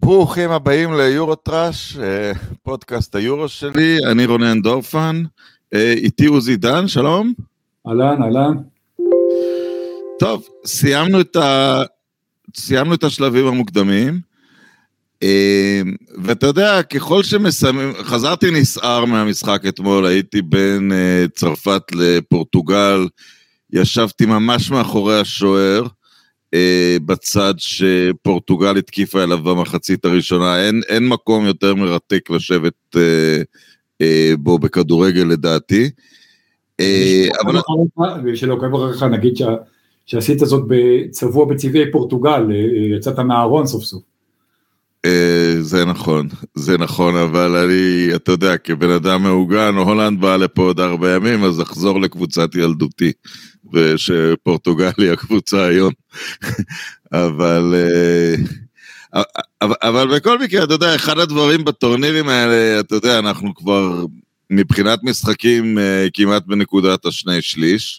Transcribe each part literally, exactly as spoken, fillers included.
ברוכים הבאים ליורוטראש, פודקאסט היורו שלי, אני רונן דורפן, איתי עוזי דן, שלום. אהלן, אהלן. טוב, סיימנו את, ה... סיימנו את השלבים המוקדמים, ואתה יודע, ככל שמסיימים, חזרתי נסער מהמשחק אתמול, הייתי בין צרפת לפורטוגל, ישבתי ממש מאחורי השוער, בצד שפורטוגל התקיפה אליו במחצית הראשונה, אין, אין מקום יותר מרתק לשבת אה, אה, בו בכדורגל לדעתי. אה, אבל... ושלא כבר לך נגיד שה, שעשית זאת בצבוע בצבעי פורטוגל, יצאת מהארון סוף סוף. אה, זה נכון, זה נכון, אבל אני, אתה יודע, כבן אדם מעוגן, הולנד באה לפה עוד ארבע ימים, אז אחזור לקבוצת ילדותי. ושפורטוגל היא הקבוצה היום, אבל, אבל, אבל בכל מקרה, אתה יודע, אחד הדברים בטורנירים האלה, אתה יודע, אנחנו כבר מבחינת משחקים כמעט בנקודת השני שליש,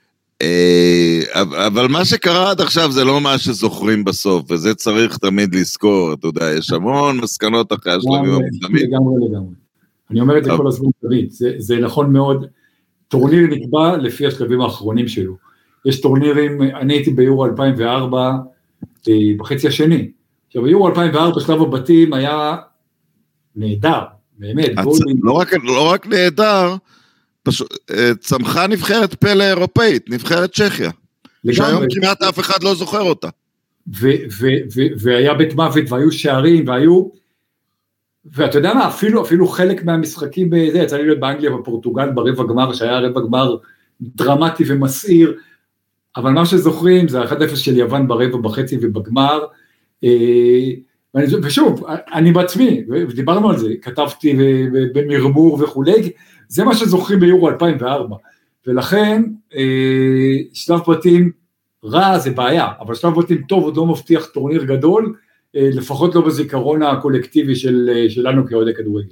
אבל מה שקרה עד עכשיו זה לא מה שזוכרים בסוף, וזה צריך תמיד לזכור, אתה יודע, יש המון מסקנות אחרי השלבים המוקדמים. לגמרי, לגמרי. אני אומר את זה כל הזמן תמיד, זה, זה נכון מאוד, טורניר נקבע לפי השלבים האחרונים שלו. יש טורנירים, אני הייתי ביורו אלפיים וארבע, בחצי השני. עכשיו, ביורו אלפיים וארבע, שלב הבתים היה נהדר, באמת. הצ... לא, רק, לא רק נהדר, פשוט, צמחה נבחרת פלא אירופאית, נבחרת צ'כיה. שהיום כמעט אף אחד לא זוכר אותה. ו- ו- ו- והיה בית מוות, והיו שערים, והיו... ואתה יודע מה, אפילו, אפילו חלק מהמשחקים בזה, יצא לי להיות באנגליה ובפורטוגל ברבע גמר, שהיה רבע גמר דרמטי ומסעיר, אבל מה שזוכרים זה אחד אפס של יוון ברבע בחצי ובגמר, ושוב, אני בעצמי, ודיברנו על זה, כתבתי במרמור וכולי, זה מה שזוכרים ביורו אלפיים וארבע, ולכן שלב בתים רע זה בעיה, אבל שלב בתים טוב עוד לא מבטיח טורניר גדול, לפחות לא בזיכרון הקולקטיבי של, שלנו כאוהדי כדורגל.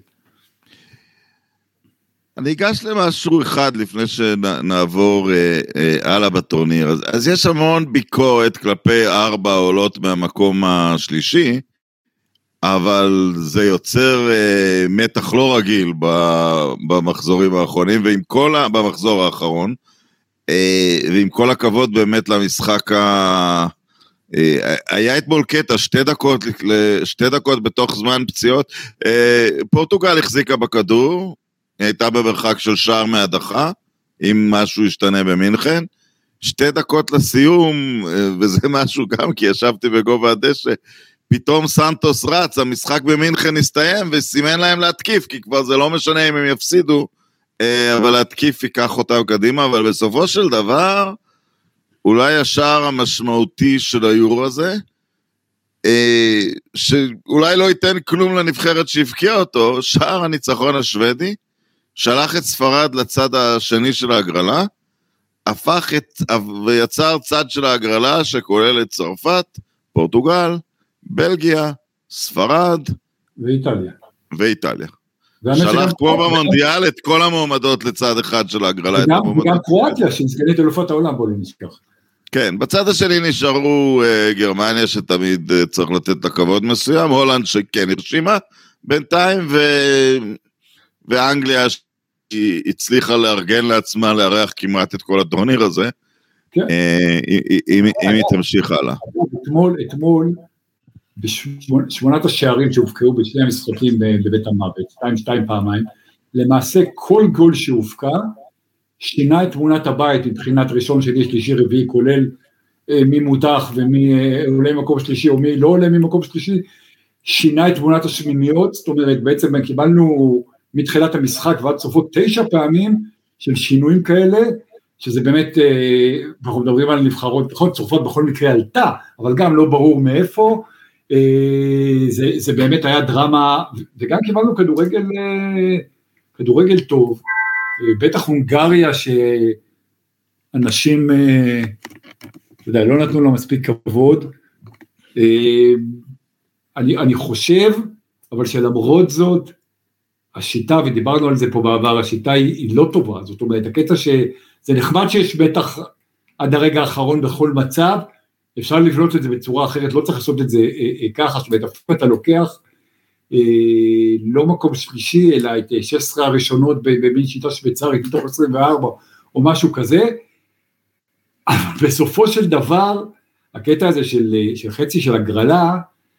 אני אגש למשהו אחד לפני שנעבור אה, אה, הלאה בטורניר. אז, אז יש המון ביקורת כלפי ארבע עולות מהמקום השלישי, אבל זה יוצר אה, מתח לא רגיל במחזורים האחרונים, ועם כל ה... במחזור האחרון, אה, ועם כל הכבוד באמת למשחק ה... היה אתמול קטע, שתי דקות, שתי דקות בתוך זמן פציעות, פורטוגל החזיקה בכדור, הייתה במרחק של שער מהדחה, אם משהו ישתנה במינכן, שתי דקות לסיום, וזה משהו גם, כי ישבתי בגובה הדשא, פתאום סנטוס רץ, המשחק במינכן הסתיים, וסימן להם להתקיף, כי כבר זה לא משנה אם הם יפסידו, אבל להתקיף ייקח אותם קדימה, אבל בסופו של דבר, אולי השער המשמעותי של היורו הזה, שאולי לא ייתן כלום לנבחרת שהבקיע אותו, שער הניצחון השוודי, שלח את ספרד לצד השני של ההגרלה, הפך את, ויצר צד של ההגרלה שכולל את צרפת, פורטוגל, בלגיה, ספרד, ואיטליה. ואיטליה. שלח כמו במונדיאל את כל המועמדות לצד אחד של ההגרלה. וגם, וגם קרואטיה, שסגנית אלופת העולם, בוא לא נשכח. כן, בצד השני נשארו uh, גרמניה, שתמיד uh, צריך לתת לכבוד מסוים, הולנד שכן הרשימה בינתיים, ו... ואנגליה שהצליחה לארגן לעצמה, לארח כמעט את כל הטורניר הזה, כן. uh, אם, אם היא תמשיך הלאה. אתמול, אתמול, בשמונת השערים שהופקעו בשני המשחקים בבית המוות, שתיים שתיים פעמיים, למעשה כל גול שהופקע, שינה את תמונת הבית מבחינת ראשון שני, שלישי, רביעי, כולל אה, מי מותח ומי אה, עולה ממקום שלישי או מי לא עולה ממקום שלישי, שינה את תמונת השמימיות, זאת אומרת בעצם קיבלנו מתחילת המשחק ועד סופו תשע פעמים של שינויים כאלה, שזה באמת, אה, אנחנו מדברים על נבחרות, נכון, צרפת בכל מקרה עלתה, אבל גם לא ברור מאיפה, אה, זה, זה באמת היה דרמה, וגם קיבלנו כדורגל, אה, כדורגל טוב, בטח הונגריה שאנשים, אתה יודע, לא נתנו לה מספיק כבוד, אני, אני חושב, אבל שלמרות זאת, השיטה, ודיברנו על זה פה בעבר, השיטה היא, היא לא טובה, זאת אומרת, הקטע שזה נחמד שיש בטח עד הרגע האחרון בכל מצב, אפשר לבנות את זה בצורה אחרת, לא צריך לעשות את זה ככה, שבית אתה לוקח, לא מקום שלישי, אלא את שש עשרה הראשונות במין שיטה שוויצרית, מתוך עשרים וארבע, או משהו כזה, אבל בסופו של דבר, הקטע הזה של, של חצי של הגרלה,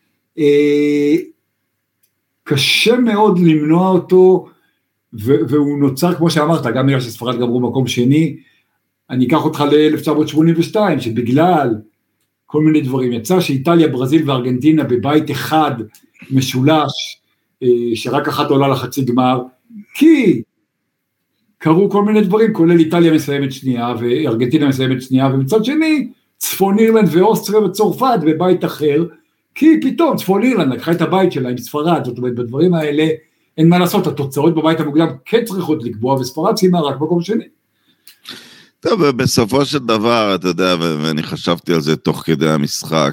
קשה מאוד למנוע אותו, והוא נוצר, כמו שאמרת, גם בגלל שספרד גמרו מקום שני, אני אקח אותך ל-אלף תשע מאות שמונים ושתיים, שבגלל כל מיני דברים, יצא שאיטליה, ברזיל וארגנטינה בבית אחד משולש, שרק אחת עולה לחצי גמר, כי קרו כל מיני דברים, כולל איטליה מסיימת שנייה, וארגנטינה מסיימת שנייה, ומצד שני, צפון אירלנד ואוסטריה וצרפת בבית אחר, כי פתאום צפון אירלנד לקחה את הבית שלה עם ספרד, זאת אומרת, בדברים האלה, אין מה לעשות, התוצאות בבית המוקדם כן צריכות לקבוע, וספרד סיימה רק מקום שני. טוב, ובסופו של דבר, אתה יודע, ואני חשבתי על זה תוך כדי המשחק,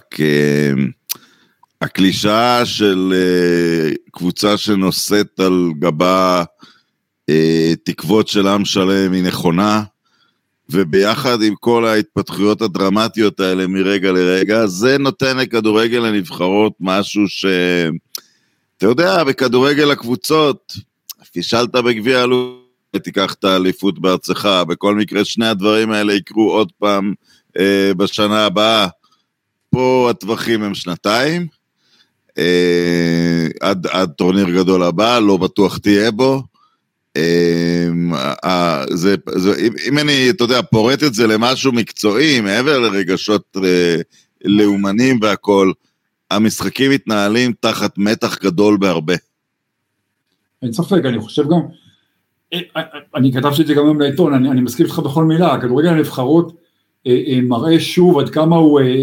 הקלישה של קבוצה שנושאת על גבה תקוות של עם שלם היא נכונה, וביחד עם כל ההתפתחויות הדרמטיות האלה מרגע לרגע, זה נותן לכדורגל לנבחרות משהו ש... אתה יודע, בכדורגל הקבוצות, פישלת בגביע אלוף, תיקח את האליפות בארצך, בכל מקרה שני הדברים האלה יקרו עוד פעם אה, בשנה הבאה, פה הטווחים הם שנתיים, אה, עד, עד טורניר גדול הבא, לא בטוח תהיה בו, אה, אה, זה, זה, אם, אם אני, אתה יודע, פורט את זה למשהו מקצועי, מעבר לרגשות אה, לאומנים והכל, המשחקים מתנהלים תחת מתח גדול בהרבה. אין ספק, אני חושב גם, אני כתבתי את זה גם לעיתון, אני, אני מסכים איתך בכל מילה, הכדורגל הנבחרות אה, אה, מראה שוב עד כמה הוא אה,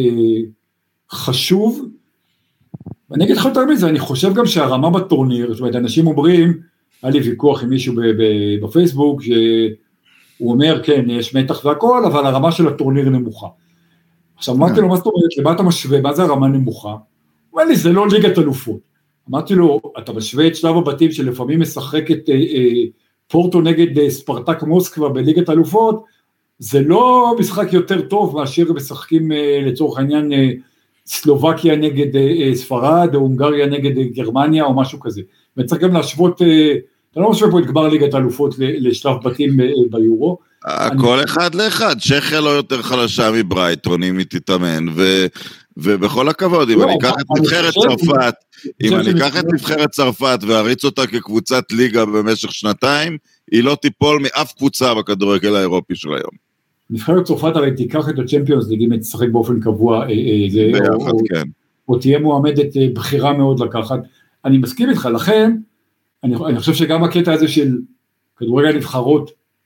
חשוב, ואני אגיד לך יותר מזה, אני חושב גם שהרמה בטורניר, זאת אומרת, אנשים אומרים, היה לי ויכוח עם מישהו בפייסבוק, שהוא אומר, כן, יש מתח והכל, אבל הרמה של הטורניר נמוכה. עכשיו, אמרתי לו, מה זאת אומרת, למה אתה משווה, מה זה הרמה נמוכה? הוא אומר לי, זה לא ליגת אלופות. אמרתי לו, אתה משווה את שלב הבתים שלפעמים משחק את אה, אה, פורטו נגד אה, ספרטק מוסקבה בליגת אלופות, זה לא משחק יותר טוב מאשר משחקים אה, לצורך העניין אה, סלובקיה נגד אה, אה, ספרד, או הונגריה נגד אה, גרמניה, או משהו כזה. וצריך גם להשוות, אה, אתה לא משווה פה את גמר ליגת אלופות לשלב בתים אה, ביורו. הכל אני... אחד לאחד, צ'כיה לא יותר חלשה מברייטון, אם היא תתאמן, ו... ובכל הכבוד, אם אני אקח את נבחרת צרפת, אם אני אקח את נבחרת צרפת ואריץ אותה כקבוצת ליגה במשך שנתיים, היא לא תיפול מאף קבוצה בכדורגל האירופי של היום. נבחרת צרפת הרי תיקח את הצ'מפיונס ליג, אם תשחק באופן קבוע, ביחד, כן. או תהיה מועמדת בחירה מאוד לקחת. אני מסכים איתך, לכן, אני חושב שגם הקטע הזה של כדורגל נבחרות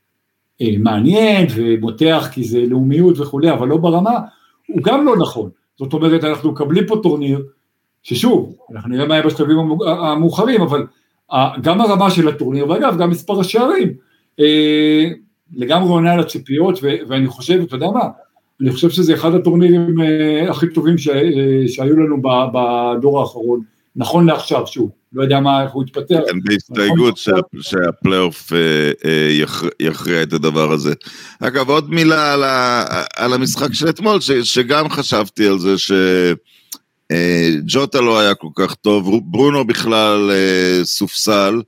מעניין ומותח, כי זה לאומיות וכו', אבל לא ברמה, הוא גם לא נכון. זאת אומרת, אנחנו מקבלים פה טורניר, ששוב, אנחנו נראה מה היה בשלבים המאוחרים, אבל גם הרמה של הטורניר, ואגב, גם מספר השערים, לגמרי עונה על הציפיות, ואני חושב, אתה יודע מה, אני חושב שזה אחד הטורנירים הכי טובים שהיו לנו בדור האחרון, נכון לעכשיו, שוב, לא יודע מה, איך הוא התפתח. כן, בהסתייגות שהפלייאוף יכריע את הדבר הזה. אגב, עוד מילה על המשחק של אתמול, שגם חשבתי על זה, שג'וטה לא היה כל כך טוב, ברונו בכלל סופסל,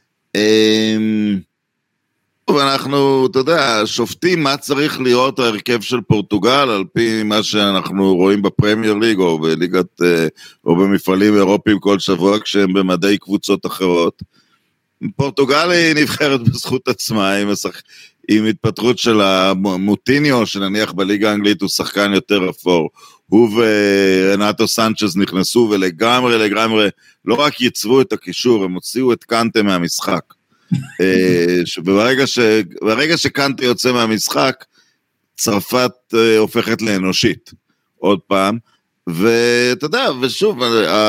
ואנחנו, אתה יודע, שופטים מה צריך להיות ההרכב של פורטוגל, על פי מה שאנחנו רואים בפרמייר ליג, או בליגת, או במפעלים אירופיים כל שבוע, כשהם במדי קבוצות אחרות. פורטוגל היא נבחרת בזכות עצמה, עם, השח... עם התפתחות של המוטיניו, שנניח בליגה האנגלית הוא שחקן יותר אפור. הוא ורנטו סנצ'ז נכנסו, ולגמרי, לגמרי, לא רק ייצרו את הקישור, הם הוציאו את קנטה מהמשחק. שברגע ש... ברגע שקנטה יוצא מהמשחק, צרפת הופכת לאנושית, עוד פעם, ואתה יודע, ושוב,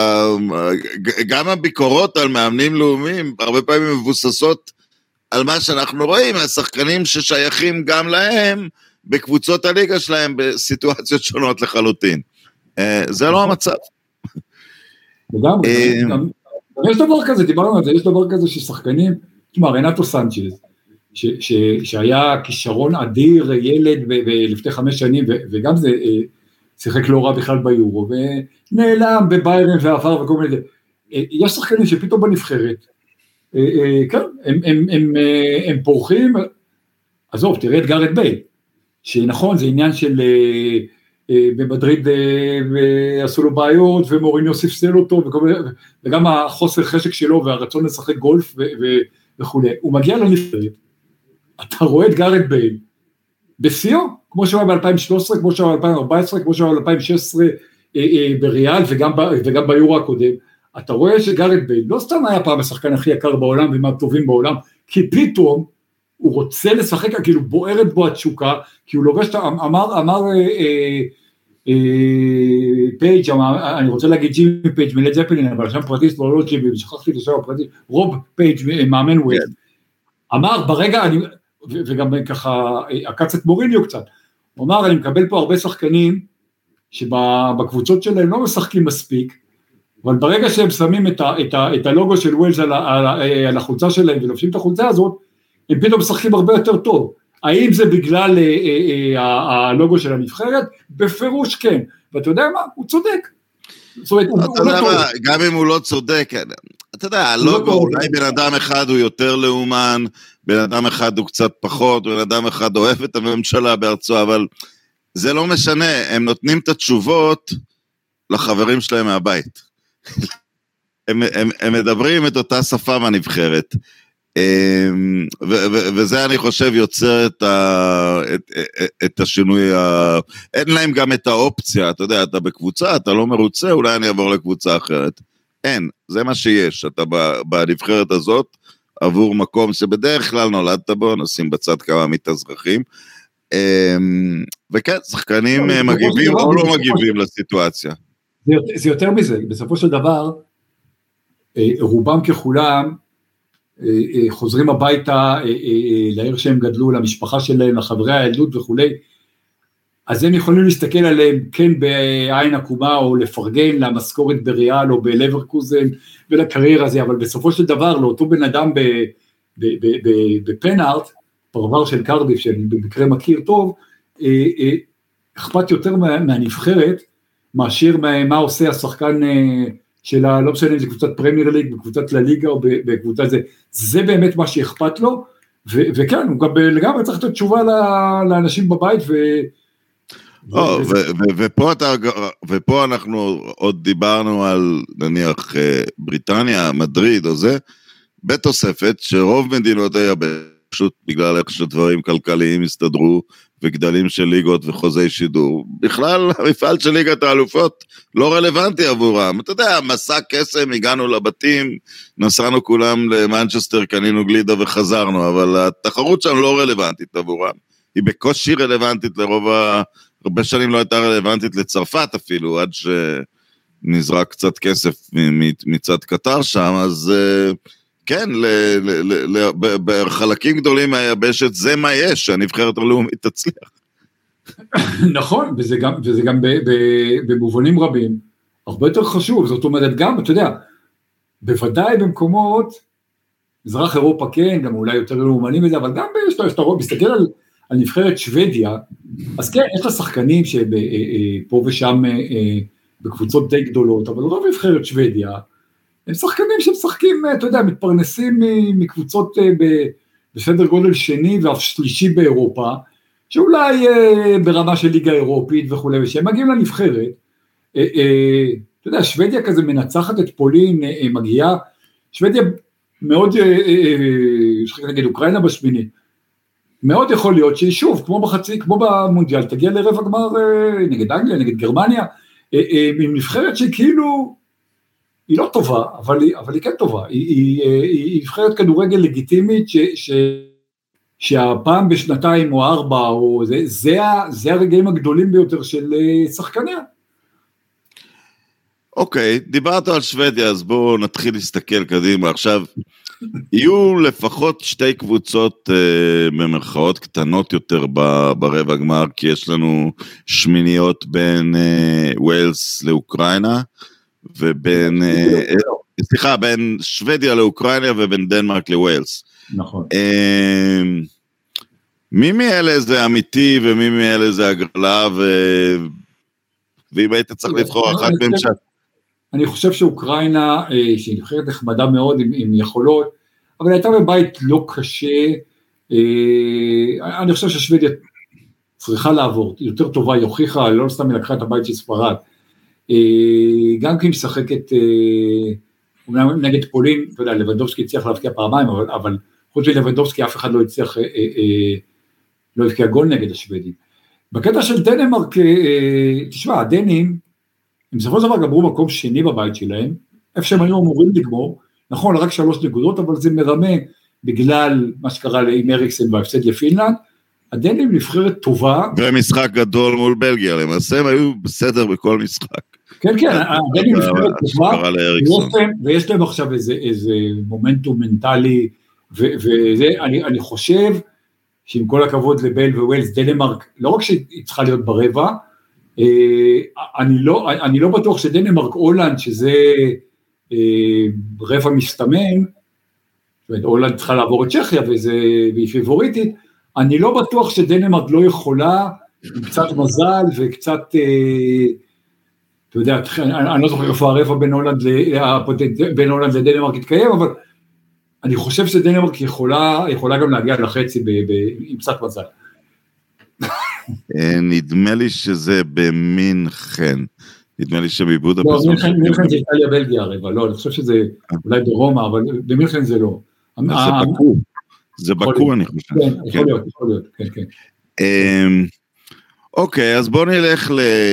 גם הביקורות על מאמנים לאומיים, הרבה פעמים מבוססות על מה שאנחנו רואים, השחקנים ששייכים גם להם, בקבוצות הליגה שלהם, בסיטואציות שונות לחלוטין. זה לא המצב. לגמרי, יש דבר כזה, דיברנו על זה, יש דבר כזה ששחקנים, תשמע, רנטו סנצ'ז, ש, ש, שהיה כישרון אדיר, ילד לפני חמש שנים, ו, וגם זה שיחק לא רע בכלל ביורו, ונעלם בביירן ועבר וכל מיני, יש שחקנים שפתאום בנבחרת, כן, הם, הם, הם, הם פורחים, עזוב, תראה את גארד בייל, שנכון, זה עניין של, במדריד עשו לו בעיות, ומוריניו ספסל אותו, וגם החוסר חשק שלו, והרצון לשחק גולף וכו'. הוא מגיע לנבחרת, אתה רואה את גארד בייל, בשיאו, כמו שהוא היה ב-אלפיים ושלוש עשרה, כמו שהוא היה ב-אלפיים וארבע עשרה, כמו שהוא היה ב-אלפיים ושש עשרה בריאל, וגם, וגם ביורו הקודם, אתה רואה שגארד בייל לא סתם היה פעם השחקן הכי יקר בעולם, ומהטובים בעולם, כי פתאום הוא רוצה לשחק, כאילו בוערת בו התשוקה, כי הוא לובש, אמר, אמר אה, אה, פייג', אני רוצה להגיד ג'ימי פייג' מלד זפלין, אבל שם פרטיסט, לא ג'ימי, שכחתי את השם הפרטיסט, רוב פייג' מאמן ווייסט, אמר ברגע, אני, וגם ככה, עקץ את מוריניו קצת, הוא אמר, אני מקבל פה הרבה שחקנים, שבקבוצות שלהם לא משחקים מספיק, אבל ברגע שהם שמים את, ה, את, ה, את הלוגו של ווילס על, על, על החולצה שלהם, ולובשים את החולצה הזאת, הם פתאום משחקים הרבה יותר טוב. האם זה בגלל אה, אה, אה, הלוגו של הנבחרת? בפירוש כן. ואתה יודע מה? הוא צודק. זאת אומרת, הוא, אתה הוא יודע לא מה, גם אם הוא לא צודק, אתה יודע, הלוגו, אולי בן אדם אחד הוא יותר לאומן, בן אדם אחד הוא קצת פחות, בן אדם אחד אוהב את הממשלה בארצו, אבל זה לא משנה, הם נותנים את התשובות לחברים שלהם מהבית. הם, הם, הם מדברים את אותה שפה מהנבחרת, ו- ו- וזה אני חושב יוצר את, ה- את, את השינוי, ה- אין להם גם את האופציה, אתה יודע, אתה בקבוצה, אתה לא מרוצה, אולי אני אעבור לקבוצה אחרת, אין, זה מה שיש, אתה בנבחרת הזאת, עבור מקום שבדרך כלל נולדת בו, נשים בצד כמה מתאזרחים, וכן, שחקנים מגיבים או לא מגיבים לסיטואציה. זה יותר מזה, בסופו של דבר, רובם ככולם, חוזרים הביתה לעיר שהם גדלו, למשפחה שלהם, לחברי הילדות וכו', אז הם יכולים להסתכל עליהם כן בעין עקומה, או לפרגן למשכורת בריאל או בלברקוזן, ולקריירה הזה, אבל בסופו של דבר, לאותו בן אדם בפנארט, פרבר של קרדיף, שאני במקרה מכיר טוב, אכפת יותר מהנבחרת, מאשר מה עושה השחקן שלה, לא משנה אם זה קבוצת פרמייר ליג, בקבוצת לליגה או בקבוצה זה, זה באמת מה שאכפת לו, ו- וכן, הוא גם לגמרי צריך לתת תשובה לאנשים בבית, ו... ו- ו- ו- ופה, אתה, ופה אנחנו עוד דיברנו על נניח בריטניה, מדריד או זה, בתוספת שרוב מדינות היה פשוט בגלל איך שדברים כלכליים הסתדרו, וגדלים של ליגות וחוזי שידור, בכלל המפעל של ליגת האלופות לא רלוונטי עבורם, אתה יודע, מסע קסם, הגענו לבתים, נסענו כולם למנצ'סטר, קנינו גלידה וחזרנו, אבל התחרות שם לא רלוונטית עבורם, היא בקושי רלוונטית לרוב, ה... הרבה שנים לא הייתה רלוונטית לצרפת אפילו, עד שנזרק קצת כסף מצד קטר שם, אז כן, בחלקים גדולים מהיבשת, זה מה יש, שהנבחרת הלאומית תצליח. נכון, וזה גם, וזה גם במובנים רבים, הרבה יותר חשוב, זאת אומרת גם, אתה יודע, בוודאי במקומות, מזרח אירופה כן, גם אולי יותר לאומנים מזה, אבל גם שאתה מסתכל על, על נבחרת שוודיה, אז כן, יש לה שחקנים שפה ושם בקבוצות די גדולות, אבל רוב נבחרת שוודיה, הם שחקנים שמשחקים, אתה יודע, מתפרנסים מקבוצות בסדר גודל שני ואף שלישי באירופה, שאולי ברמה של ליגה אירופית וכו', ושהם מגיעים לנבחרת, אתה יודע, שוודיה כזה מנצחת את פולין, מגיעה, שוודיה מאוד, שחק נגיד אוקראינה בשמיני, מאוד יכול להיות שהיא שוב, כמו בחצי, כמו במונדיאל, תגיע לרבע גמר נגד אנגליה, נגד גרמניה, עם נבחרת שכאילו, היא לא טובה, אבל היא, אבל היא כן טובה, היא, היא, היא נבחרת כדורגל לגיטימית, ש, ש, שהפעם בשנתיים או ארבע, או זה, זה, זה הרגעים הגדולים ביותר של שחקניה. אוקיי, דיברת על שוודיה, אז בואו נתחיל להסתכל קדימה. עכשיו, יהיו לפחות שתי קבוצות אה, במרכאות קטנות יותר ב, ברבע גמר, כי יש לנו שמיניות בין אה, ווילס לאוקראינה, ובין, אה, סליחה, בין שוודיה לאוקראינה ובין דנמרק לווילס. נכון. אה, מי מאלה זה אמיתי ומי מאלה זה הגרלה, ו... ואם היית צריך לבחור אחת ממשל. אני חושב שאוקראינה, שהיא נבחרת נחמדה מאוד עם יכולות, אבל הייתה בבית לא קשה, אני חושב ששוודיה צריכה לעבור, היא יותר טובה, היא הוכיחה, לא סתם היא לקחה את הבית של ספרד, גם כי היא משחקת, נגד פולין, אתה יודע, לבנדובסקי הצליח להבקיע פעמיים, אבל, אבל חוץ מלבנדובסקי אף אחד לא הצליח, לא הבקיע גול נגד השוודים. בקטע של דנמרק, תשמע, הדנים, הם בסופו של דבר גמרו מקום שני בבית שלהם, איפה שהם היו אמורים לגמור, נכון, רק שלוש נקודות, אבל זה מרמה בגלל מה שקרה עם אריקסן וההפסד לפינלנד, הדנים נבחרת טובה. ומשחק גדול מול בלגיה, למעשה הם היו בסדר בכל משחק. כן, כן, הדנים נבחרת טובה, ויש להם עכשיו איזה מומנטום מנטלי, ואני חושב שעם כל הכבוד לבל וווילס, דנמרק, לא רק שהיא צריכה להיות ברבע, אני לא, אני לא בטוח שדנמרק הולנד, שזה רבע מסתמן, זאת אומרת, הולנד צריכה לעבור את צ'כיה, והיא פיבוריטית, אני לא בטוח שדנמרק לא יכולה, עם קצת מזל, וקצת, אתה יודע, אני לא זוכר איפה הרבע בין הולנד, בין הולנד לדנמרק יתקיים, אבל אני חושב שדנמרק יכולה, יכולה גם להגיע לחצי, עם קצת מזל. נדמה לי שזה במינכן, נדמה לי שבעיבוד הפסוק. לא, מינכן זה איטליה בלגיה הרבע, לא, אני חושב שזה אולי ברומא, אבל במינכן זה לא. זה בקו, זה בקו אני חושב. כן, יכול להיות, יכול להיות, כן, כן. אוקיי, אז בוא נלך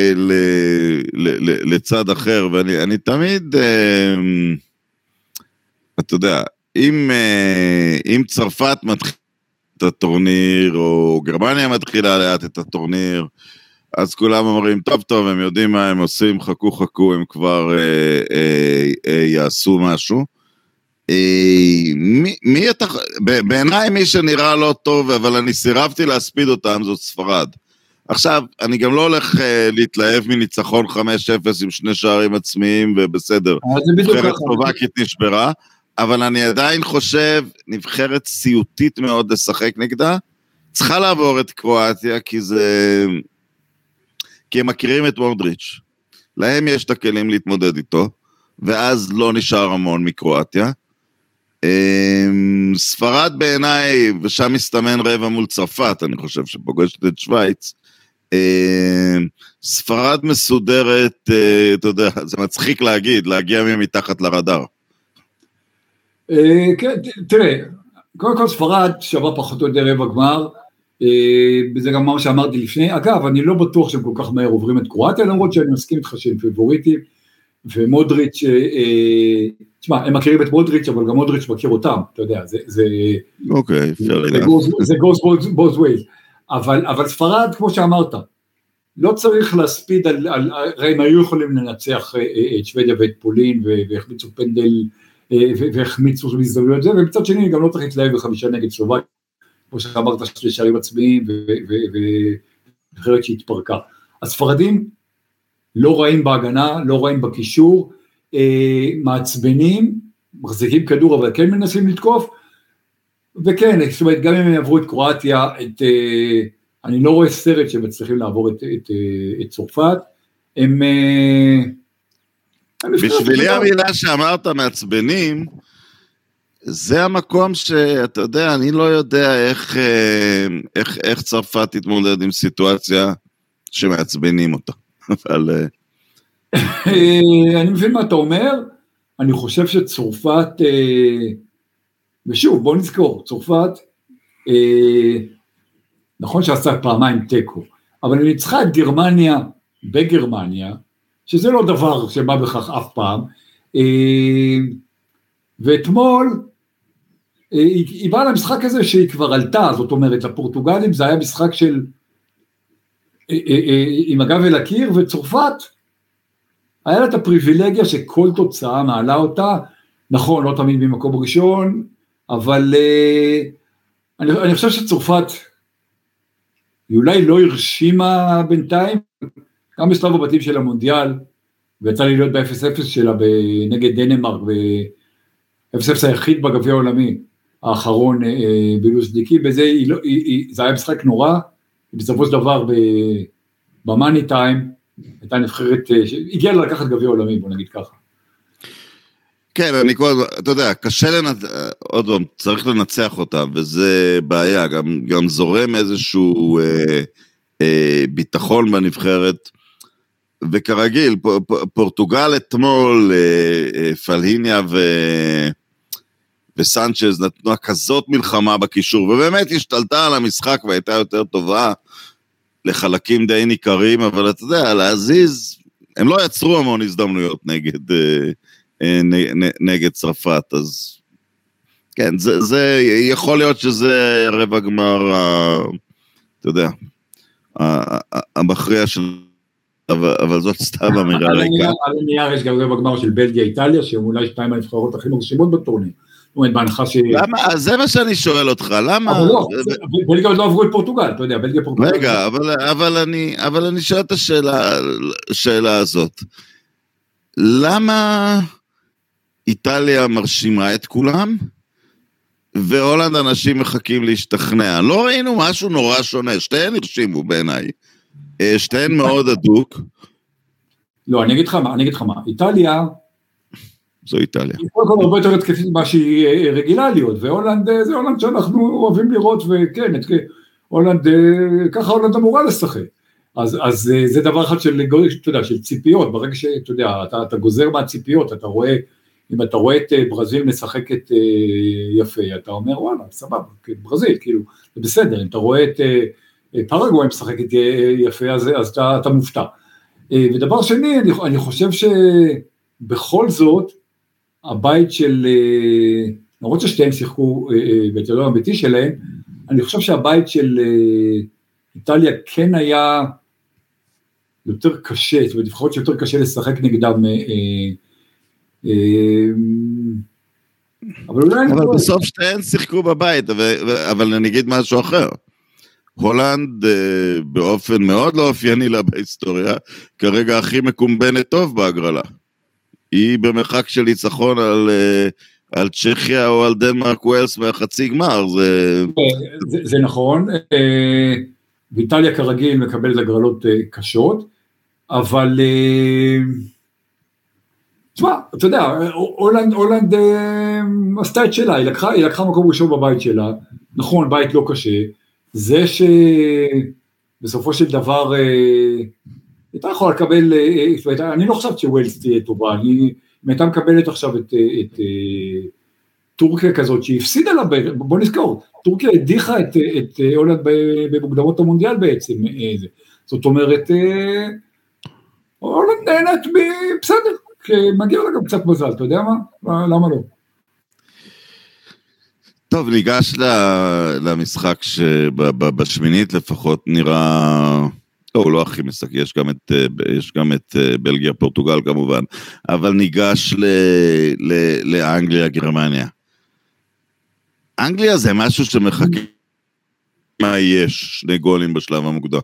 לצד אחר, ואני תמיד, אתה יודע, אם צרפת מתחילה, את הטורניר, או גרמניה מתחילה לאט את הטורניר, אז כולם אומרים, טוב טוב, הם יודעים מה הם עושים, חכו חכו, הם כבר אה, אה, אה, יעשו משהו. אה, מי, מי אתה, בעיניי מי שנראה לא טוב, אבל אני סירבתי להספיד אותם, זאת ספרד. עכשיו, אני גם לא הולך אה, להתלהב מניצחון חמש אפס עם שני שערים עצמיים, ובסדר, נבחרת סלובקית נשברה, אבל אני עדיין חושב, נבחרת סיוטית מאוד לשחק נגדה, צריכה לעבור את קרואטיה, כי זה, כי הם מכירים את מודריץ', להם יש את הכלים להתמודד איתו, ואז לא נשאר המון מקרואטיה, ספרד בעיניי, ושם מסתמן רבע מול צרפת, אני חושב שפוגשת את שוויץ, ספרד מסודרת, אתה יודע, זה מצחיק להגיד, להגיע ממתחת לרדאר, כן, תראה, קודם כל ספרד שווה פחות או יותר רבע גמר, וזה גם מה שאמרתי לפני, אגב, אני לא בטוח שהם כל כך מהר עוברים את קרואטיה, למרות שאני מסכים איתך שהם פיבוריטים, ומודריץ', תשמע, הם מכירים את מודריץ', אבל גם מודריץ' מכיר אותם, אתה יודע, זה, אוקיי, זה goes both ways, אבל ספרד, כמו שאמרת, לא צריך להספיד על, הרי הם היו יכולים לנצח את שוודיה ואת פולין, והחמיצו פנדל, והחמיצו בהזדמנויות זה, ובצד שני גם לא צריך להתלהב בחמישה נגד סלובקיה, כמו שאמרת, שני שערים עצמיים, ואחרת שהתפרקה. הספרדים לא רעים בהגנה, לא רעים בקישור, מעצבנים, מחזיקים כדור, אבל כן מנסים לתקוף, וכן, זאת אומרת, גם אם הם יעברו את קרואטיה, את, אני לא רואה סרט שמצליחים לעבור את, את, את צרפת, הם... בשבילי המילה שאמרת מעצבנים, זה המקום שאתה יודע, אני לא יודע איך, איך, איך צרפת תתמודד עם סיטואציה שמעצבנים אותה. אבל... אני מבין מה אתה אומר, אני חושב שצרפת, ושוב בוא נזכור, צרפת, נכון שעשה פעמיים טקו, אבל היא ניצחה את גרמניה בגרמניה, שזה לא דבר שבא בכך אף פעם, ואתמול, היא באה למשחק הזה שהיא כבר עלתה, זאת אומרת, לפורטוגלים זה היה משחק של, עם הגב אל הקיר, וצרפת, היה לה את הפריבילגיה שכל תוצאה מעלה אותה, נכון, לא תמיד במקום ראשון, אבל אני, אני חושב שצרפת, היא אולי לא הרשימה בינתיים, גם בשלב הבתים של המונדיאל, ויצא לי להיות ב-אפס אפס שלה נגד דנמרק, ב-אפס אפס היחיד בגביע העולמי, האחרון בלוזניקי, בזה היא לא, היא, היא, זה היה משחק נורא, בסופו של דבר במאני טיים, הייתה נבחרת, הגיעה לה לקחת גביע עולמי, בוא נגיד ככה. כן, אני כבר, אתה יודע, קשה לנצח, עוד פעם, צריך לנצח אותה, וזה בעיה, גם, גם זורם איזשהו אה, אה, ביטחון בנבחרת, וכרגיל, פ, פ, פורטוגל אתמול, אה, אה, פלהיניה ו... וסנצ'ז נתנו כזאת מלחמה בקישור, ובאמת השתלטה על המשחק והייתה יותר טובה לחלקים די ניכרים, אבל אתה יודע, להזיז, הם לא יצרו המון הזדמנויות נגד, נגד צרפת, אז כן, זה, זה יכול להיות שזה רבע גמר, אתה יודע, המכריע של, אבל, אבל זאת סתם אמירה ריקה. על הנייר יש גם רבע גמר של בלגיה איטליה, שהם אולי שתיים הנבחרות הכי מרשימות בטורניר. בהנחה ש... למה? זה מה שאני שואל אותך, למה... אבל לא, בלגיה עוד לא עברו את פורטוגל, אתה יודע, בלגיה פורטוגל... רגע, אבל, אבל אני, אבל אני שואל את השאלה, השאלה הזאת. למה איטליה מרשימה את כולם, והולנד אנשים מחכים להשתכנע? לא ראינו משהו נורא שונה, שתיהן הרשימו בעיניי, שתיהן מאוד הדוק. לא, אני אגיד לך מה, אני אגיד לך מה, איטליה... זו איטליה. היא קודם כל הרבה יותר התקפית ממה שהיא רגילה להיות, והולנד זה הולנד שאנחנו אוהבים לראות, וכן, הולנד, ככה הולנד אמורה לשחק. אז, אז זה דבר אחד של, אתה יודע, של ציפיות, ברגע שאתה יודע, אתה, אתה גוזר מהציפיות, אתה רואה, אם אתה רואה את ברזיל משחקת יפה, אתה אומר, וואלה, סבבה, ברזיל, כאילו, זה בסדר, אם אתה רואה את פרגוואי משחקת יפה, אז, אז אתה, אתה מופתע. ודבר שני, אני, אני חושב שבכל זאת, הבית של, למרות ששתיהם שיחקו בית הלא האמיתי שלהם, אני חושב שהבית של איטליה כן היה יותר קשה, זאת אומרת, לפחות שיותר קשה לשחק נגדם, אבל אולי... אבל בסוף שתיהן שיחקו בבית, אבל אני אגיד משהו אחר. הולנד באופן מאוד לא אופייני לה בהיסטוריה, כרגע הכי מקומבנת טוב בהגרלה. היא במרחק של ניצחון על, על צ'כיה או על דנמרק ווילס מהחצי גמר. זה... זה, זה נכון, ואיטליה כרגיל מקבלת הגרלות קשות, אבל, תשמע, אתה יודע, הולנד, הולנד עשתה את שלה, היא לקחה, היא לקחה מקום ראשון בבית שלה, נכון, בית לא קשה, זה שבסופו של דבר, הייתה יכולה לקבל, אני לא חושבת שווילס תהיה טובה, אני, אם הייתה מקבלת עכשיו את, את טורקיה כזאת, שהיא הפסידה לה, בוא נזכור, טורקיה הדיחה את, את הולנד במוקדמות המונדיאל בעצם, זאת אומרת, הולנד נהנית בסדר, מגיע לה גם קצת מזל, אתה יודע מה? למה לא? טוב, ניגש למשחק שבשמינית לפחות נראה... לא, הוא לא הכי משחק, יש גם את, יש גם את בלגיה, פורטוגל כמובן, אבל ניגש ל, ל, לאנגליה, גרמניה. אנגליה זה משהו שמחכה, מה יש, שני גולים בשלב המוקדם.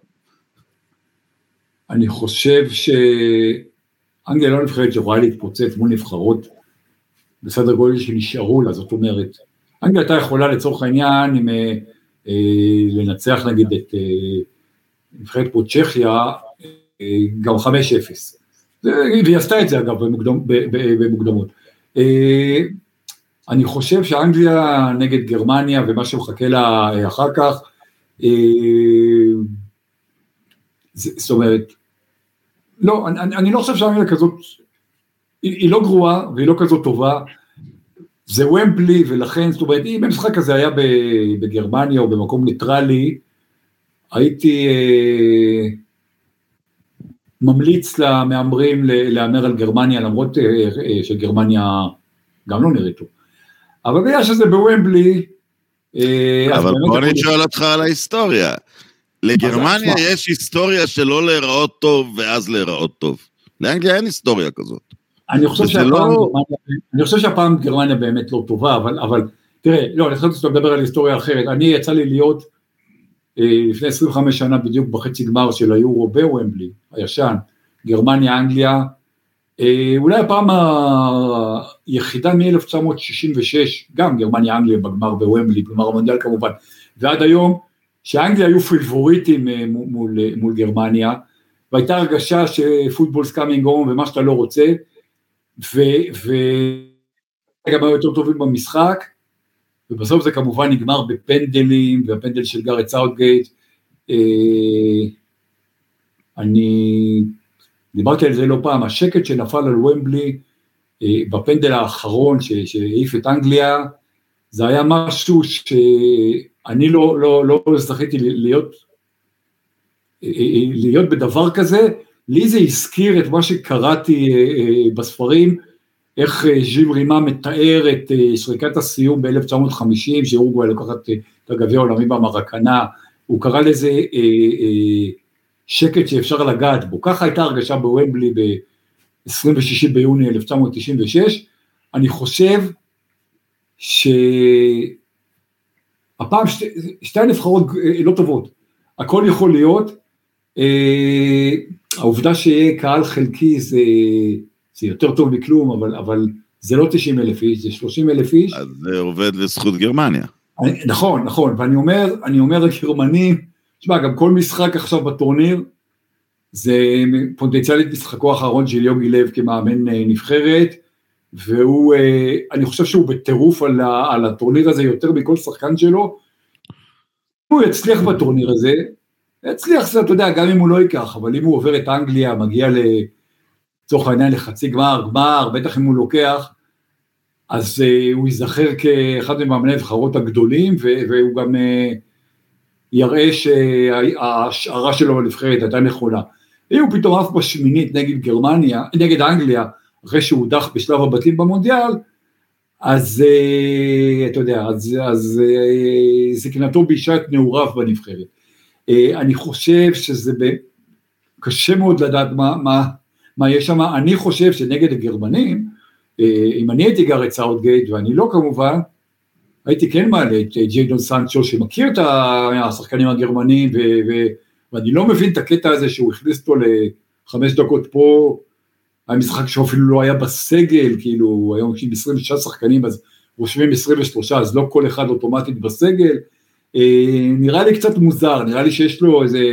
אני חושב שאנגליה לא נבחרת שיכולה להתפוצץ מול נבחרות, בסדר גודל שנשארו לה, זאת אומרת, אנגליה הייתה יכולה לצורך העניין, עם, אה, לנצח נגיד את... אה, נבחרת פה צ'כיה, גם חמש אפס, והיא עשתה את זה אגב במוקדמות. אני חושב שאנגליה נגד גרמניה, ומה שמחכה לה אחר כך, זאת אומרת, לא, אני, אני לא חושב שאנגליה כזאת, היא, היא לא גרועה, והיא לא כזאת טובה, זה ומבלי, ולכן, זאת אומרת, אם המשחק הזה היה בגרמניה, או במקום ניטרלי, הייתי אה, ממליץ למאמרים להאמר על גרמניה, למרות אה, אה, שגרמניה גם לא נראית טוב. אבל בגלל שזה בוומבלי... אה, אבל בוא אני שואל אותך על ההיסטוריה. לגרמניה יש היסטוריה שלא להיראות טוב ואז להיראות טוב. לאנגליה אין היסטוריה כזאת. אני חושב שהפעם, לא... גרמניה, אני חושב שהפעם גרמניה באמת לא טובה, אבל, אבל תראה, לא, אני חושב שאתה מדבר על היסטוריה אחרת. אני יצא לי להיות... לפני עשרים וחמש שנה בדיוק בחצי גמר של היורו בוומבלי, הישן, גרמניה, אנגליה, אולי הפעם היחידה מ-אלף תשע מאות שישים ושש, גם גרמניה, אנגליה בגמר בוומבלי, בגמר המונדיאל כמובן, ועד היום, שאנגליה היו פיבוריטים מול, מול גרמניה, והייתה הרגשה שפוטבול's coming home, ומה שאתה לא רוצה, וגם היו יותר טובים במשחק, ובסוף זה כמובן נגמר בפנדלים, והפנדל של גארט סאות'גייט, אני דיברתי על זה לא פעם, השקט שנפל על ומבלי, בפנדל האחרון שהעיף את אנגליה, זה היה משהו שאני לא, לא, לא זכיתי להיות, להיות בדבר כזה, לי זה הזכיר את מה שקראתי בספרים, איך ז'יל רימה מתאר את שריקת הסיום ב-אלף תשע מאות וחמישים, שאורוגוואי לקחת את הגביע העולמי במרקנה, הוא קרא לזה שקט שאפשר לגעת בו, ככה הייתה הרגשה בוומבלי ב-עשרים ושישה ביוני אלף תשע מאות תשעים ושש, אני חושב שהפעם שתי, שתי הנבחרות לא טובות, הכל יכול להיות, העובדה שיהיה קהל חלקי זה, זה יותר טוב מכלום, אבל, אבל זה לא תשעים אלף איש, זה שלושים אלף איש. אז זה עובד לזכות גרמניה. אני, נכון, נכון, ואני אומר, אני אומר לגרמנים, תשמע, גם כל משחק עכשיו בטורניר, זה פוטנציאלית משחקו האחרון של יוגי לב כמאמן נבחרת, והוא, אני חושב שהוא בטירוף על, על הטורניר הזה יותר מכל שחקן שלו, הוא יצליח בטורניר הזה, יצליח זה, אתה יודע, גם אם הוא לא ייקח, אבל אם הוא עובר את אנגליה, מגיע לצורך העניין לחצי גמר, גמר, בטח אם הוא לוקח, אז הוא ייזכר כאחד ממאמני הנבחרות הגדולים, והוא גם יראה שההשערה שלו בנבחרת הייתה נכונה. אם הוא פתאום אף בשמינית נגד גרמניה, נגד אנגליה, אחרי שהוא הודח בשלב הבתים במונדיאל, אז אתה יודע, אז, אז זקנתו בישה את נעוריו בנבחרת. אני חושב שזה קשה מאוד לדעת מה, מה, מה יש שם, אני חושב שנגד הגרמנים, אם אני הייתי גארט סאות'גייט, ואני לא כמובן, הייתי כן מעלה את ג'יידון סנצ'ו, שמכיר את השחקנים הגרמנים, ו, ו, ואני לא מבין את הקטע הזה, שהוא הכניס אותו לחמש דקות פה, המשחק שהוא אפילו לא היה בסגל, כאילו, היום עם עשרים ושש שחקנים, אז רושמים עשרים ושלוש, אז לא כל אחד אוטומטית בסגל, נראה לי קצת מוזר, נראה לי שיש לו איזה...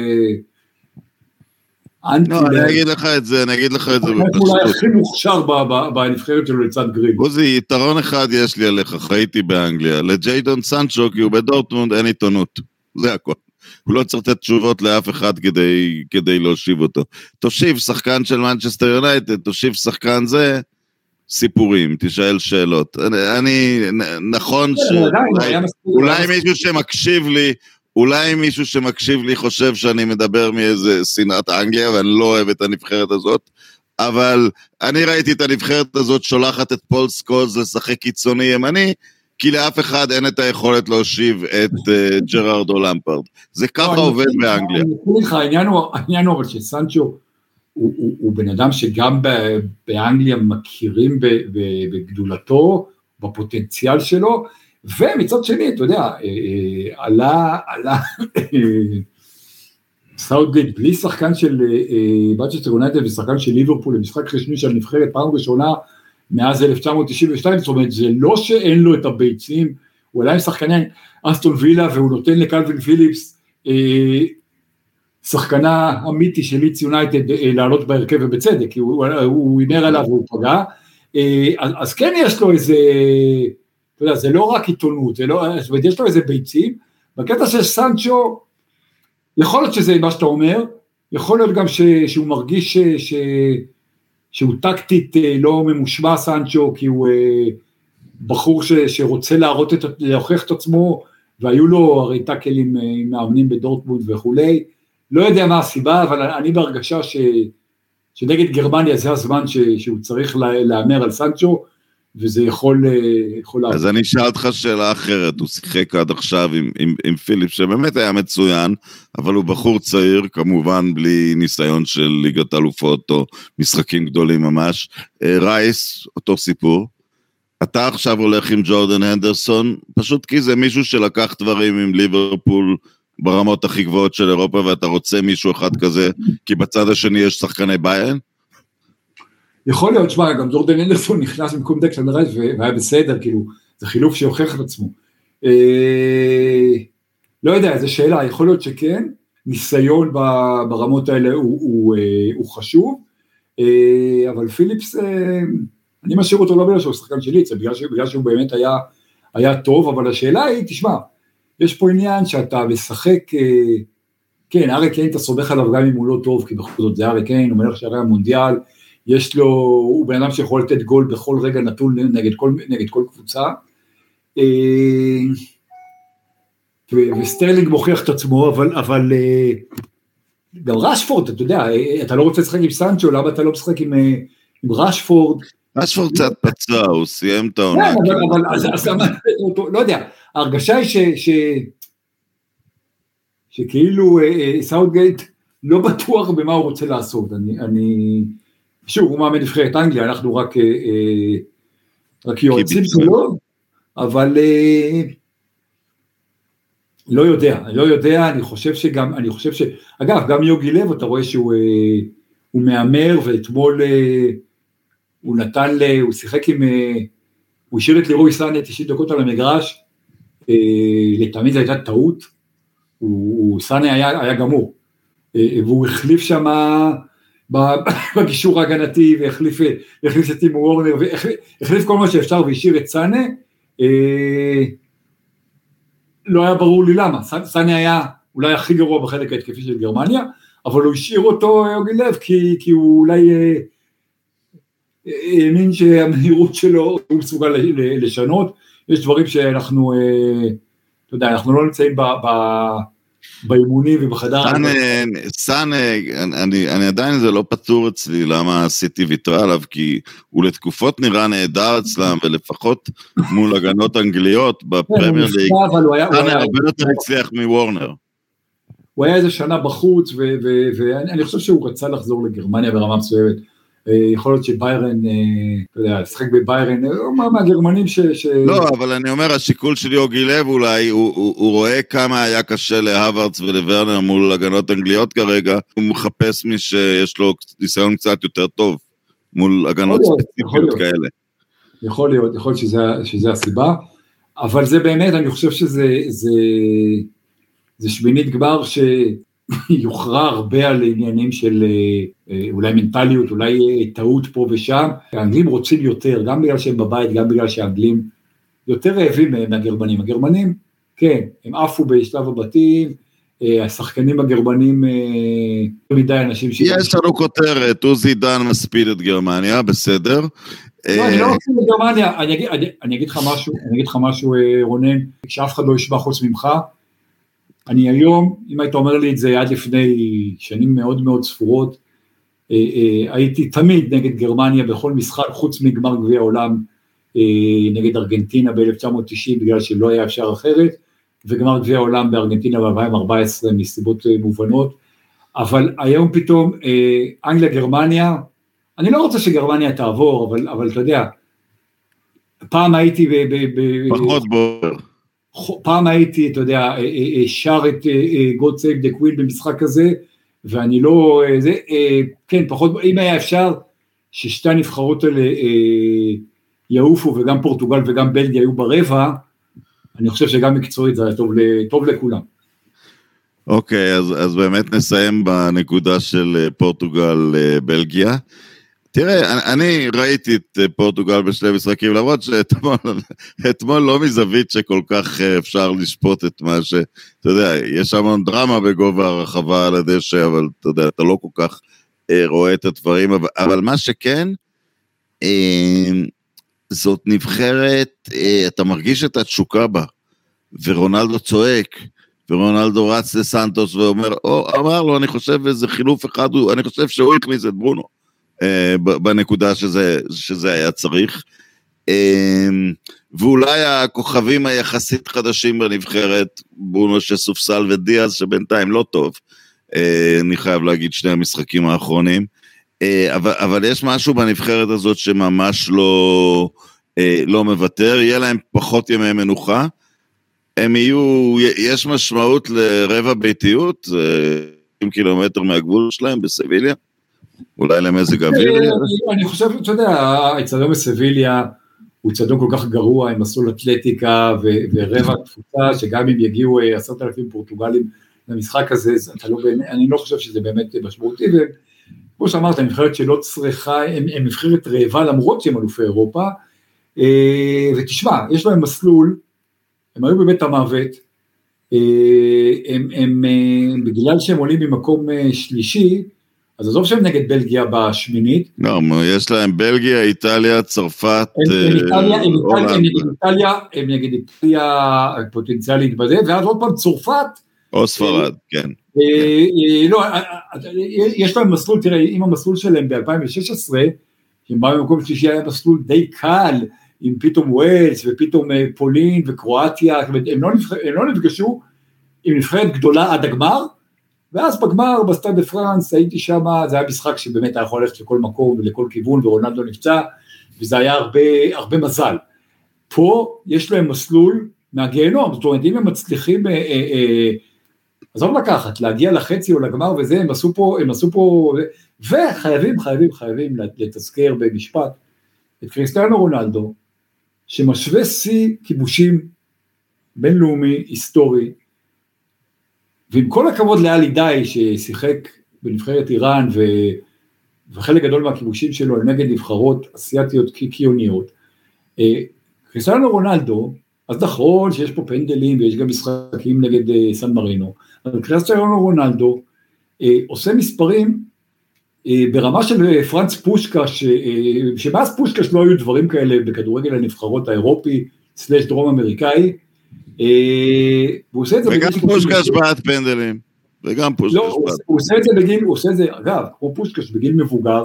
לא, אני אגיד לך את זה, אני אגיד לך את זה. הוא אולי הכי מוכשר בנבחרת שלו לצד גריל. עוזי, יתרון אחד יש לי עליך, חייתי באנגליה, לג'יידון סנצ'ו, כי הוא בדורטמונד אין עיתונות, זה הכל. הוא לא צריך לתת תשובות לאף אחד כדי, כדי להושיב אותו. תושיב שחקן של מנצ'סטר יונייטד, תושיב שחקן זה, סיפורים, תשאל שאלות. אני, אני נכון ש... אולי מישהו שמקשיב לי, אולי מישהו שמקשיב לי חושב שאני מדבר מאיזה שנאת אנגליה, ואני לא אוהב את הנבחרת הזאת, אבל אני ראיתי את הנבחרת הזאת שולחת את פול סקולס לשחק קיצוני ימני, כי לאף אחד אין את היכולת להושיב את ג'רארד או למפרד. זה ככה עובד באנגליה. העניין הוא אבל שסנצ'ו הוא בן אדם שגם באנגליה מכירים בגדולתו, בפוטנציאל שלו, ומצד שני, אתה יודע, עלה, עלה, סאות'גייט בלי שחקן של מנצ'סטר יונייטד ושחקן של ליברפול, למשחק רשמי של נבחרת פעם ראשונה, מאז אלף תשע מאות תשעים ושתיים, זאת אומרת, זה לא שאין לו את הביצים, הוא עלה עם שחקני אסטון וילה, והוא נותן לקלווין פיליפס, שחקנה אמיתי של לידס יונייטד, לעלות בהרכב ובצדק, כי הוא עינר עליו והוא פגע, אז כן יש לו איזה, אתה יודע, זה לא רק עיתונות, זה לא, זאת אומרת, יש לו איזה ביצים, בקטע של סנצ'ו, יכול להיות שזה מה שאתה אומר, יכול להיות גם ש, שהוא מרגיש ש, ש, שהוא טקטית לא ממושמע סנצ'ו, כי הוא בחור ש, שרוצה להראות את, להוכיח את עצמו, והיו לו הרי טאקלים עם מאמנים בדורטמונד וכולי, לא יודע מה הסיבה, אבל אני בהרגשה ש, שנגד גרמניה זה הזמן ש, שהוא צריך לאמר על סנצ'ו, וזה יכול, יכול אז אני שאל אותך שאלה אחרת, הוא שיחק עד עכשיו עם, עם, עם פיליפ, שבאמת היה מצוין, אבל הוא בחור צעיר, כמובן בלי ניסיון של ליגת אלופות, או משחקים גדולים ממש, רייס, אותו סיפור, אתה עכשיו הולך עם ג'ורדן הנדרסון, פשוט כי זה מישהו שלקח דברים עם ליברפול, ברמות הכי גבוהות של אירופה, ואתה רוצה מישהו אחד כזה, כי בצד השני יש שחקני ביירן? יכול להיות, שמה, גם ג'ורדן הנדרסון נכנס במקום דקלן רייס, והיה בסדר, כאילו, זה חילוף שהוכיח את עצמו. לא יודע, זו שאלה, יכול להיות שכן, ניסיון ברמות האלה הוא, הוא, הוא חשוב, אבל פיליפס, אני משאיר אותו לא בגלל שהוא שחקן שלי, זה בגלל, בגלל שהוא באמת היה, היה טוב, אבל השאלה היא, תשמע, יש פה עניין שאתה משחק, כן, ארי קיין אתה סומך עליו גם אם הוא לא טוב, כי בכל זאת זה ארי קיין, הוא מלך שערי המונדיאל, יש לו, הוא בן אדם שיכול לתת גול בכל רגע נתון נגד כל, נגד כל קבוצה, וסטרלינג מוכיח את עצמו, אבל, אבל גם רשפורד, אתה יודע, אתה לא רוצה לשחק עם סנצ'ו, למה אתה לא משחק עם, עם רשפורד? רשפורד קצת פצע, הוא סיים את העונה. כן, אבל, אז, אז, לא יודע, ההרגשה היא ש, ש, שכאילו סאוטגייט לא בטוח במה הוא רוצה לעשות, אני, אני, שוב, הוא מאמן נבחרת אנגליה, אנחנו רק, רק יועצים שלו, אבל לא יודע, אני לא יודע, אני חושב שגם, אני חושב ש, אגב, גם יוגי לב, אתה רואה שהוא הוא מאמר, ואתמול הוא נתן, הוא שיחק עם, הוא השאיר את לירוי סאנה תשעים דקות על המגרש, לתמיד זו הייתה טעות, הוא, סאנה היה, היה גמור, והוא החליף שם בגישור ההגנתי, והחליף, והחליף את טימו וורנר, והחליף כל מה שאפשר, והשאיר את סאנה, לא היה ברור לי למה, סאנה היה אולי הכי גרוע בחלק ההתקפי של גרמניה, אבל הוא השאיר אותו יוגי לב, כי, כי הוא אולי האמין שהמהירות שלו הוא מסוגל לשנות, יש דברים שאנחנו, אתה יודע, אנחנו לא נמצאים ב, ב, באימונים ובחדר. סאנה, אני, אני עדיין זה לא פתור אצלי, למה עשיתי ויתרה עליו, כי הוא לתקופות נראה נהדר אצלם, ולפחות מול הגנות אנגליות בפרמייר ליג, סאנה הרבה יותר הצליח מוורנר. הוא היה איזה שנה בחוץ, ואני חושב שהוא רצה לחזור לגרמניה ברמה מסוימת, יכול להיות שביירן, אתה יודע, לשחק בביירן, הוא מהגרמנים ש... לא, אבל אני אומר, השיקול של יוגי לב אולי, הוא רואה כמה היה קשה להווארדס ולוורנר מול הגנות אנגליות כרגע, הוא מחפש מי שיש לו ניסיון קצת יותר טוב, מול הגנות ספציפיות כאלה. יכול להיות, יכול להיות שזה הסיבה, אבל זה באמת, אני חושב שזה שמינית גמר ש... יוכרע הרבה על עניינים של אולי מנטליות, אולי טעות פה ושם, האנגלים רוצים יותר, גם בגלל שהם בבית, גם בגלל שהאנגלים יותר רעבים מהגרמנים, הגרמנים, כן, הם עפו בשלב הבתים, השחקנים הגרמנים, מדי אנשים ש... יש לנו כותרת, עוזי דן מספיד את גרמניה, בסדר. לא, אני לא רוצה לגרמניה, אני אגיד לך משהו, אני אגיד לך משהו רונן, שאף אחד לא ישמע חוץ ממך, אני היום, אם היית אומר לי את זה עד לפני שנים מאוד מאוד ספורות, הייתי תמיד נגד גרמניה בכל משחק, חוץ מגמר גביע העולם, נגד ארגנטינה ב-אלף תשע מאות תשעים, בגלל שלא היה אפשר אחרת, וגמר גביע העולם בארגנטינה ב-אלפיים וארבע עשרה מסיבות מובנות, אבל היום פתאום אנגליה גרמניה, אני לא רוצה שגרמניה תעבור, אבל, אבל אתה יודע, פעם הייתי ב... ב- פחות בוער. פעם הייתי, אתה יודע, שר את God Save the Queen במשחק הזה, ואני לא, זה, כן, פחות, אם היה אפשר, ששתי הנבחרות האלה יעופו, וגם פורטוגל וגם בלגיה היו ברבע, אני חושב שגם מקצועית זה היה טוב, טוב לכולם. אוקיי, אז, אז באמת נסיים בנקודה של פורטוגל בלגיה. תראה, אני ראיתי את פורטוגל בשני משחקים, למרות שאתמול לא מזווית שכל כך אפשר לשפוט את מה ש... אתה יודע, יש המון דרמה בגובה הרחבה על הדשא, אבל אתה יודע, אתה לא כל כך רואה את הדברים, אבל מה שכן, זאת נבחרת, אתה מרגיש את התשוקה בה, ורונלדו צועק, ורונלדו רץ לסנטוס ואומר, או, אמר לו, אני חושב איזה חילוף אחד, אני חושב שהוא הכניס את ברונו. בנקודה שזה, שזה היה צריך, ואולי הכוכבים היחסית חדשים בנבחרת, ברונו שסופסל ודיאז שבינתיים לא טוב, אני חייב להגיד שני המשחקים האחרונים, אבל, אבל יש משהו בנבחרת הזאת שממש לא, לא מוותר, יהיה להם פחות ימי מנוחה, הם יהיו, יש משמעות לרבע ביתיות, עשרים קילומטר מהגבול שלהם בסביליה, אולי למזג אוויר? אני חושב, אתה יודע, האצטדיון בסביליה הוא אצטדיון כל כך גרוע, עם מסלול אתלטיקה ורבע תפוצה, שגם אם יגיעו עשרת אלפים פורטוגלים למשחק הזה, אתה לא, אני לא חושב שזה באמת משמעותי, וכמו שאמרת, נבחרת שלא צריכה, הם, הם נבחרת רעבה למרות שהם אלופי אירופה, ותשמע, יש להם מסלול, הם היו בבית המוות, הם, הם, הם, בגלל שהם עולים ממקום שלישי, אז עזוב שהם נגד בלגיה בשמינית. לא, יש להם בלגיה, איטליה, צרפת, הולנד. הם נגד איטליה פוטנציאלית בזה, ואז עוד פעם צרפת. או ספרד, כן. לא, יש להם מסלול, תראה, אם המסלול שלהם ב-אלפיים ושש עשרה, הם באו במקום שלישי, היה מסלול די קל, עם פתאום ווילס, ופתאום פולין וקרואטיה, הם לא נפגשו עם נבחרת גדולה עד הגמר, ואז בגמר, בסטאד דה פרנס, הייתי שם, זה היה משחק שבאמת היה יכול ללכת לכל מקום ולכל כיוון, ורונלדו נפצע, וזה היה הרבה, הרבה מזל. פה יש להם מסלול מהגיהנום, זאת אומרת, אם הם מצליחים, אה, אה, אה, עזוב לקחת, להגיע לחצי או לגמר וזה, הם עשו פה, הם עשו פה, וחייבים, חייבים, חייבים לתזכר במשפט, את קריסטיאנו רונלדו, שמשווה שיא כיבושים בינלאומי, היסטורי, ועם כל הכבוד לאלי דאי, ששיחק בנבחרת איראן, ו... וחלק גדול מהכיבושים שלו, הם נגד נבחרות אסיאטיות קיקיוניות, קריסטיאנו רונלדו, אז נכון שיש פה פנדלים, ויש גם משחקים נגד סן מרינו, אבל קריסטיאנו רונלדו, עושה מספרים, ברמה של פרנץ פושקש, שמאז פושקש לא היו דברים כאלה, בכדורגל הנבחרות האירופי, סלש דרום אמריקאי, וגם פושקש בעט פנדלים, וגם פושקש בעט. הוא עושה את זה בגיל, הוא עושה את זה, אגב, כמו פושקש בגיל מבוגר,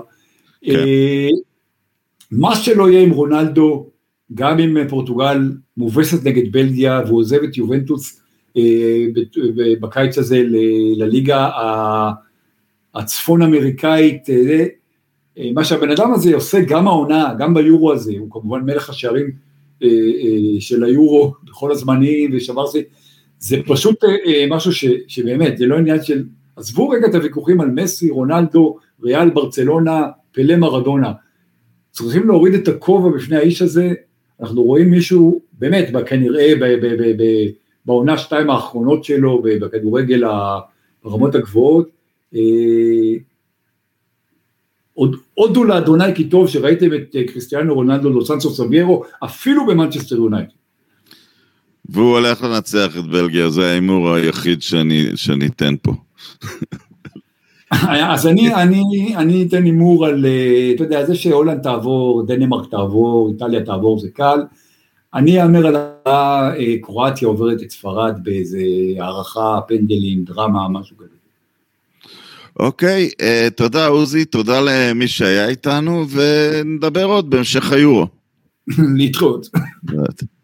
מה שלא יהיה עם רונלדו, גם אם פורטוגל מובסת נגד בלגיה, והוא עוזב את יובנטוס בקיץ הזה לליגה הצפון אמריקאית, מה שהבן אדם הזה עושה גם העונה, גם ביורו הזה, הוא כמובן מלך השערים של היורו בכל הזמנים, ושבר זה, זה פשוט משהו ש, שבאמת, זה לא עניין של, עזבו רגע את הוויכוחים על מסי, רונלדו, ריאל, ברצלונה, פלה, מרדונה, צריכים להוריד את הכובע בפני האיש הזה, אנחנו רואים מישהו, באמת, כנראה, בעונה שתיים האחרונות שלו, בכדורגל הרמות הגבוהות, עוד הודו לאדוני כי טוב שראיתם את קריסטיאנו רונלדו לו סנצ'ו סביירו, אפילו במנצ'סטר יונייטד. והוא הולך לנצח את בלגיה, זה האימור היחיד שאני, שאני אתן פה. אז אני, אני, אני אתן אימור על, אתה יודע, זה שהולנד תעבור, דנמרק תעבור, איטליה תעבור, זה קל. אני אאמר על קרואטיה עוברת את ספרד באיזה הערכה, פנדלים, דרמה, משהו כזה. אוקיי, תודה עוזי, תודה למי שהיה איתנו, ונדבר עוד בהמשך היורו. להתראות.